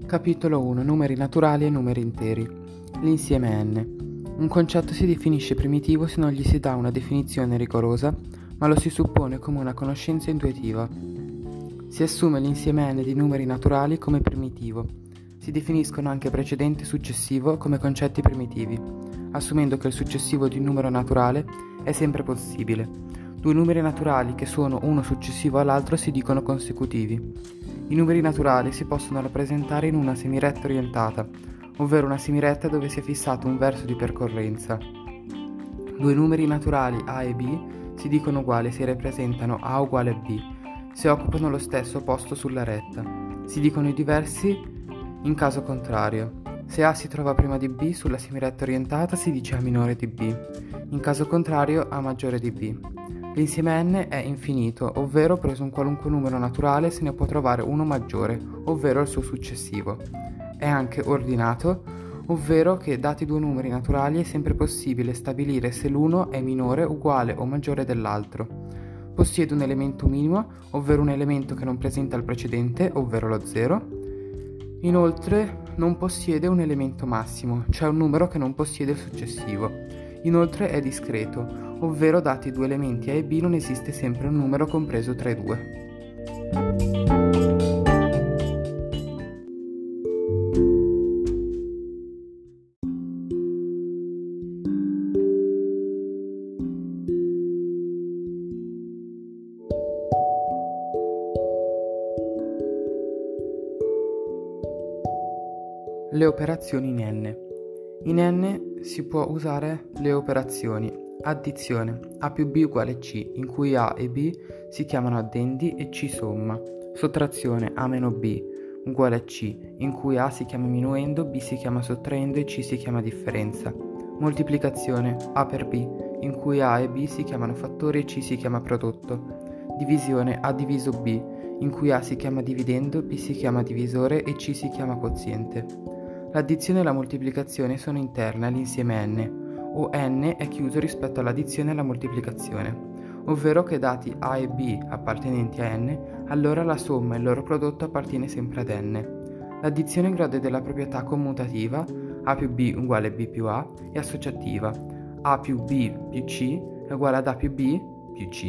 Capitolo 1. Numeri naturali e numeri interi. L'insieme n. Un concetto si definisce primitivo se non gli si dà una definizione rigorosa, ma lo si suppone come una conoscenza intuitiva. Si assume l'insieme n di numeri naturali come primitivo. Si definiscono anche precedente e successivo come concetti primitivi, assumendo che il successivo di un numero naturale è sempre possibile. Due numeri naturali che sono uno successivo all'altro si dicono consecutivi. I numeri naturali si possono rappresentare in una semiretta orientata, ovvero una semiretta dove si è fissato un verso di percorrenza. Due numeri naturali A e B si dicono uguali se rappresentano A uguale a B, se occupano lo stesso posto sulla retta. Si dicono diversi in caso contrario. Se A si trova prima di B sulla semiretta orientata si dice A minore di B, in caso contrario A maggiore di B. L'insieme n è infinito, ovvero preso un qualunque numero naturale se ne può trovare uno maggiore, ovvero il suo successivo. È anche ordinato, ovvero che dati due numeri naturali è sempre possibile stabilire se l'uno è minore, uguale o maggiore dell'altro. Possiede un elemento minimo, ovvero un elemento che non presenta il precedente, ovvero lo 0. Inoltre non possiede un elemento massimo, cioè un numero che non possiede il successivo. Inoltre è discreto, ovvero dati due elementi A e B non esiste sempre un numero compreso tra i due. Le operazioni in n. In n si può usare le operazioni addizione A più B uguale C, in cui A e B si chiamano addendi e C somma. Sottrazione A meno B uguale a C, in cui A si chiama minuendo, B si chiama sottraendo e C si chiama differenza. Moltiplicazione A per B, in cui A e B si chiamano fattori e C si chiama prodotto. Divisione A diviso B, in cui A si chiama dividendo, B si chiama divisore e C si chiama quoziente. L'addizione e la moltiplicazione sono interne all'insieme n, o n è chiuso rispetto all'addizione e alla moltiplicazione, ovvero che dati A e B appartenenti a n, allora la somma e il loro prodotto appartiene sempre ad n. L'addizione gode della proprietà commutativa A più B uguale B più A e associativa A più B più C è uguale ad A più B più C.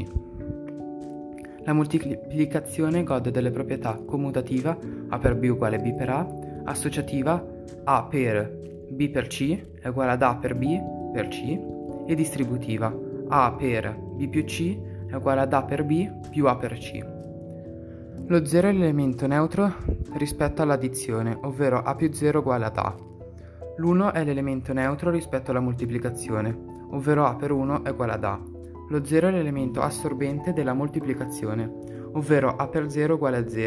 La moltiplicazione gode delle proprietà commutativa A per B uguale B per A, associativa A per B per C è uguale ad A per B per C e distributiva A per B più C è uguale ad A per B più A per C. Lo 0 è l'elemento neutro rispetto all'addizione, ovvero A più 0 uguale ad A. L'1 è l'elemento neutro rispetto alla moltiplicazione, ovvero A per 1 è uguale ad A. Lo 0 è l'elemento assorbente della moltiplicazione, ovvero A per 0 uguale a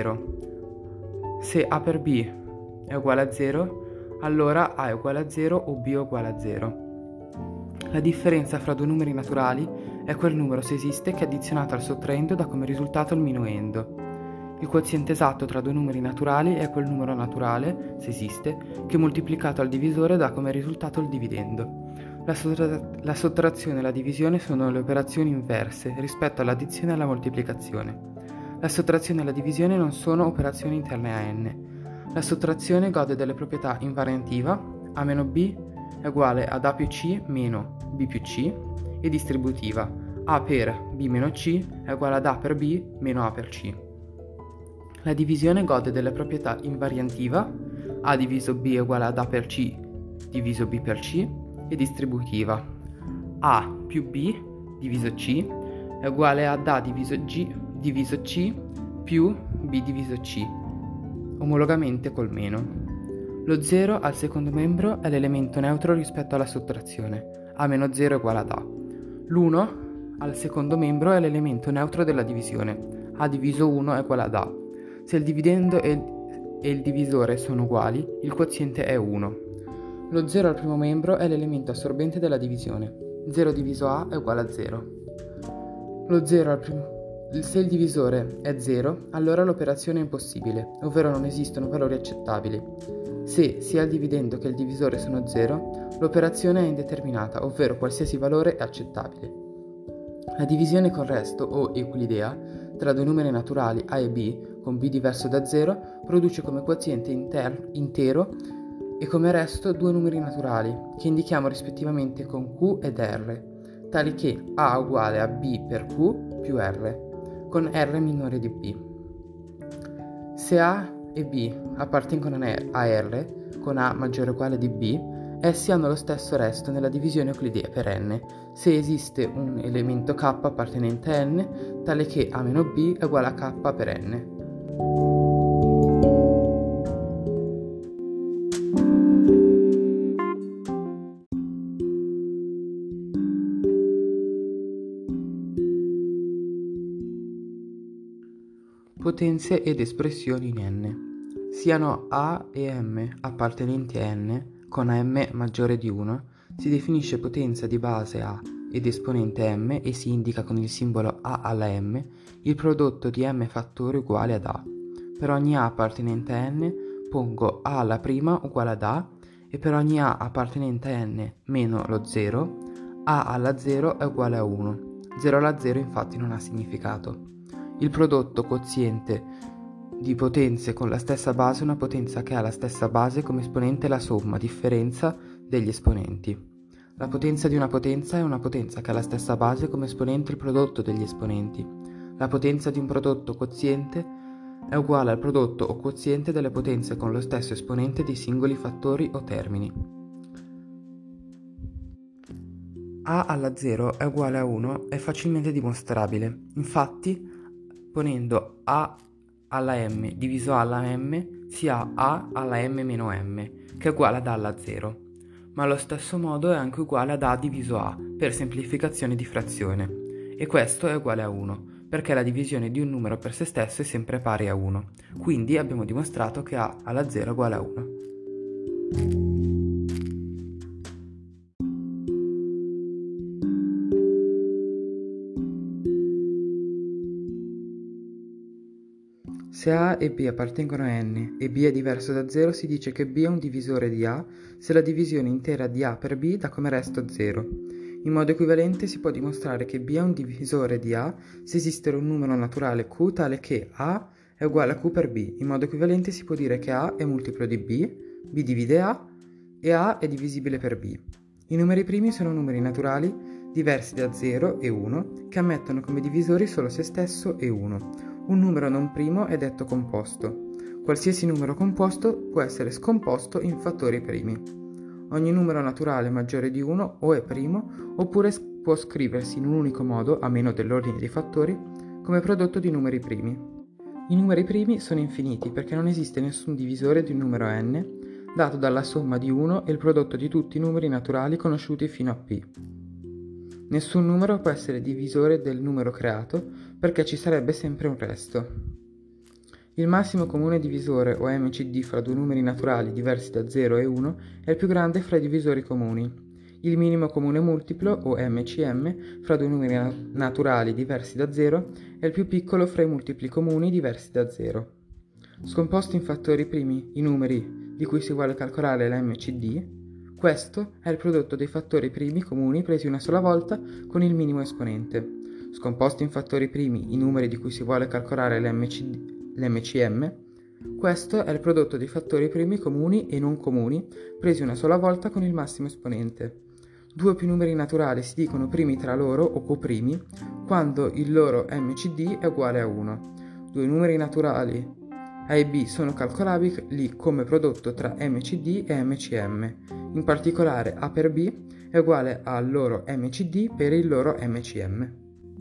0. Se A per B è uguale a 0, allora A è uguale a 0 o B è uguale a 0. La differenza fra due numeri naturali è quel numero, se esiste, che addizionato al sottraendo dà come risultato il minuendo. Il quoziente esatto tra due numeri naturali è quel numero naturale, se esiste, che moltiplicato al divisore dà come risultato il dividendo. La sottrazione e la divisione sono le operazioni inverse rispetto all'addizione e alla moltiplicazione. La sottrazione e la divisione non sono operazioni interne a n. La sottrazione gode delle proprietà invariantiva A meno B è uguale ad A più C meno B più C e distributiva A per B meno C è uguale ad A per B meno A per C. La divisione gode delle proprietà invariantiva A diviso B è uguale ad A per C diviso B per C e distributiva A più B diviso C è uguale ad A diviso G diviso C più B diviso C, omologamente col meno. Lo 0 al secondo membro è l'elemento neutro rispetto alla sottrazione, A meno 0 è uguale ad A. L'1 al secondo membro è l'elemento neutro della divisione, A diviso 1 è uguale ad A. Se il dividendo e il divisore sono uguali, il quoziente è 1. Lo 0 al primo membro è l'elemento assorbente della divisione, 0 diviso A è uguale a 0. Lo 0 al primo Se il divisore è 0, allora l'operazione è impossibile, ovvero non esistono valori accettabili. Se sia il dividendo che il divisore sono 0, l'operazione è indeterminata, ovvero qualsiasi valore è accettabile. La divisione con resto o equilidea tra due numeri naturali A e B con B diverso da 0 produce come quoziente intero e come resto due numeri naturali, che indichiamo rispettivamente con Q ed R, tali che A uguale a B per Q più R, con R minore di B. Se A e B appartengono a R, con A maggiore o uguale di B, essi hanno lo stesso resto nella divisione euclidea per n, se esiste un elemento k appartenente a n, tale che A meno B è uguale a k per n. Potenze ed espressioni in n. Siano A e m appartenenti a n, con am maggiore di 1, si definisce potenza di base A ed esponente m e si indica con il simbolo A alla m il prodotto di m fattori uguale ad A. Per ogni A appartenente a n pongo A alla prima uguale ad A e per ogni A appartenente a n meno lo 0, A alla 0 è uguale a 1. 0 alla 0 infatti non ha significato. Il prodotto quoziente di potenze con la stessa base è una potenza che ha la stessa base come esponente la somma, differenza degli esponenti. La potenza di una potenza è una potenza che ha la stessa base come esponente il prodotto degli esponenti. La potenza di un prodotto quoziente è uguale al prodotto o quoziente delle potenze con lo stesso esponente dei singoli fattori o termini. A alla 0 è uguale a 1 è facilmente dimostrabile. Infatti, ponendo A alla m diviso A alla m si ha A alla m meno m, che è uguale ad A alla 0, ma allo stesso modo è anche uguale ad A diviso A, per semplificazione di frazione, e questo è uguale a 1, perché la divisione di un numero per se stesso è sempre pari a 1, quindi abbiamo dimostrato che A alla 0 è uguale a 1. Se A e B appartengono a n e B è diverso da 0, si dice che B è un divisore di A se la divisione intera di A per B dà come resto 0. In modo equivalente si può dimostrare che B è un divisore di A se esiste un numero naturale Q tale che A è uguale a Q per B. In modo equivalente si può dire che A è multiplo di B divide A e A è divisibile per B. I numeri primi sono numeri naturali diversi da 0 e 1 che ammettono come divisori solo se stesso e 1. Un numero non primo è detto composto. Qualsiasi numero composto può essere scomposto in fattori primi. Ogni numero naturale maggiore di 1 o è primo oppure può scriversi in un unico modo, a meno dell'ordine dei fattori, come prodotto di numeri primi. I numeri primi sono infiniti perché non esiste nessun divisore di un numero n dato dalla somma di 1 e il prodotto di tutti i numeri naturali conosciuti fino a p. Nessun numero può essere divisore del numero creato perché ci sarebbe sempre un resto. Il massimo comune divisore o MCD fra due numeri naturali diversi da 0 e 1 è il più grande fra i divisori comuni. Il minimo comune multiplo o MCM fra due numeri naturali diversi da 0 è il più piccolo fra i multipli comuni diversi da 0. Scomposti in fattori primi i numeri di cui si vuole calcolare la MCD, questo è il prodotto dei fattori primi comuni presi una sola volta con il minimo esponente. Scomposti in fattori primi i numeri di cui si vuole calcolare l'MCM, questo è il prodotto dei fattori primi comuni e non comuni presi una sola volta con il massimo esponente. Due o più numeri naturali si dicono primi tra loro o coprimi quando il loro MCD è uguale a 1. Due numeri naturali A e B sono calcolabili come prodotto tra MCD e MCM. In particolare A per B è uguale al loro MCD per il loro MCM.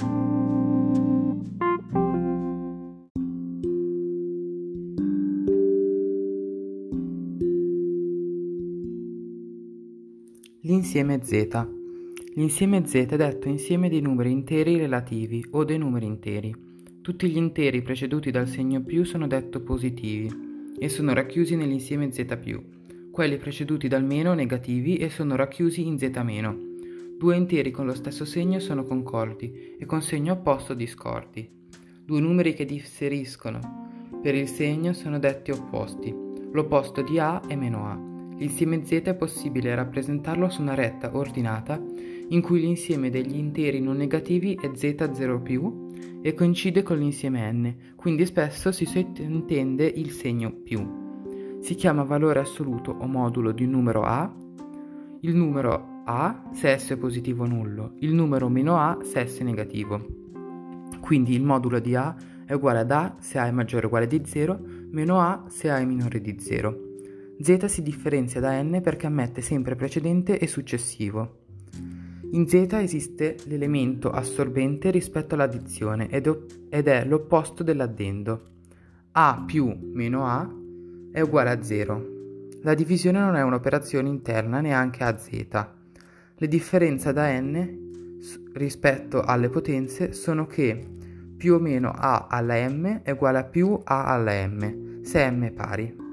L'insieme Z. L'insieme Z è detto insieme dei numeri interi relativi o dei numeri interi. Tutti gli interi preceduti dal segno più sono detto positivi e sono racchiusi nell'insieme Z+. Quelli preceduti dal meno negativi e sono racchiusi in Z-. Due interi con lo stesso segno sono concordi e con segno opposto discordi. Due numeri che differiscono per il segno sono detti opposti. L'opposto di A è meno A. L'insieme z è possibile rappresentarlo su una retta ordinata in cui l'insieme degli interi non negativi è z0+, e coincide con l'insieme n, quindi spesso si sottintende il segno più. Si chiama valore assoluto o modulo di un numero a il numero a se esso è positivo o nullo, il numero meno a se esso è negativo. Quindi il modulo di a è uguale ad a se a è maggiore o uguale di 0, meno a se a è minore di 0. Z si differenzia da n perché ammette sempre precedente e successivo. In Z esiste l'elemento assorbente rispetto all'addizione ed è l'opposto dell'addendo. A più meno A è uguale a 0. La divisione non è un'operazione interna neanche a Z. Le differenze da n rispetto alle potenze sono che più o meno A alla m è uguale a più A alla m, se m è pari.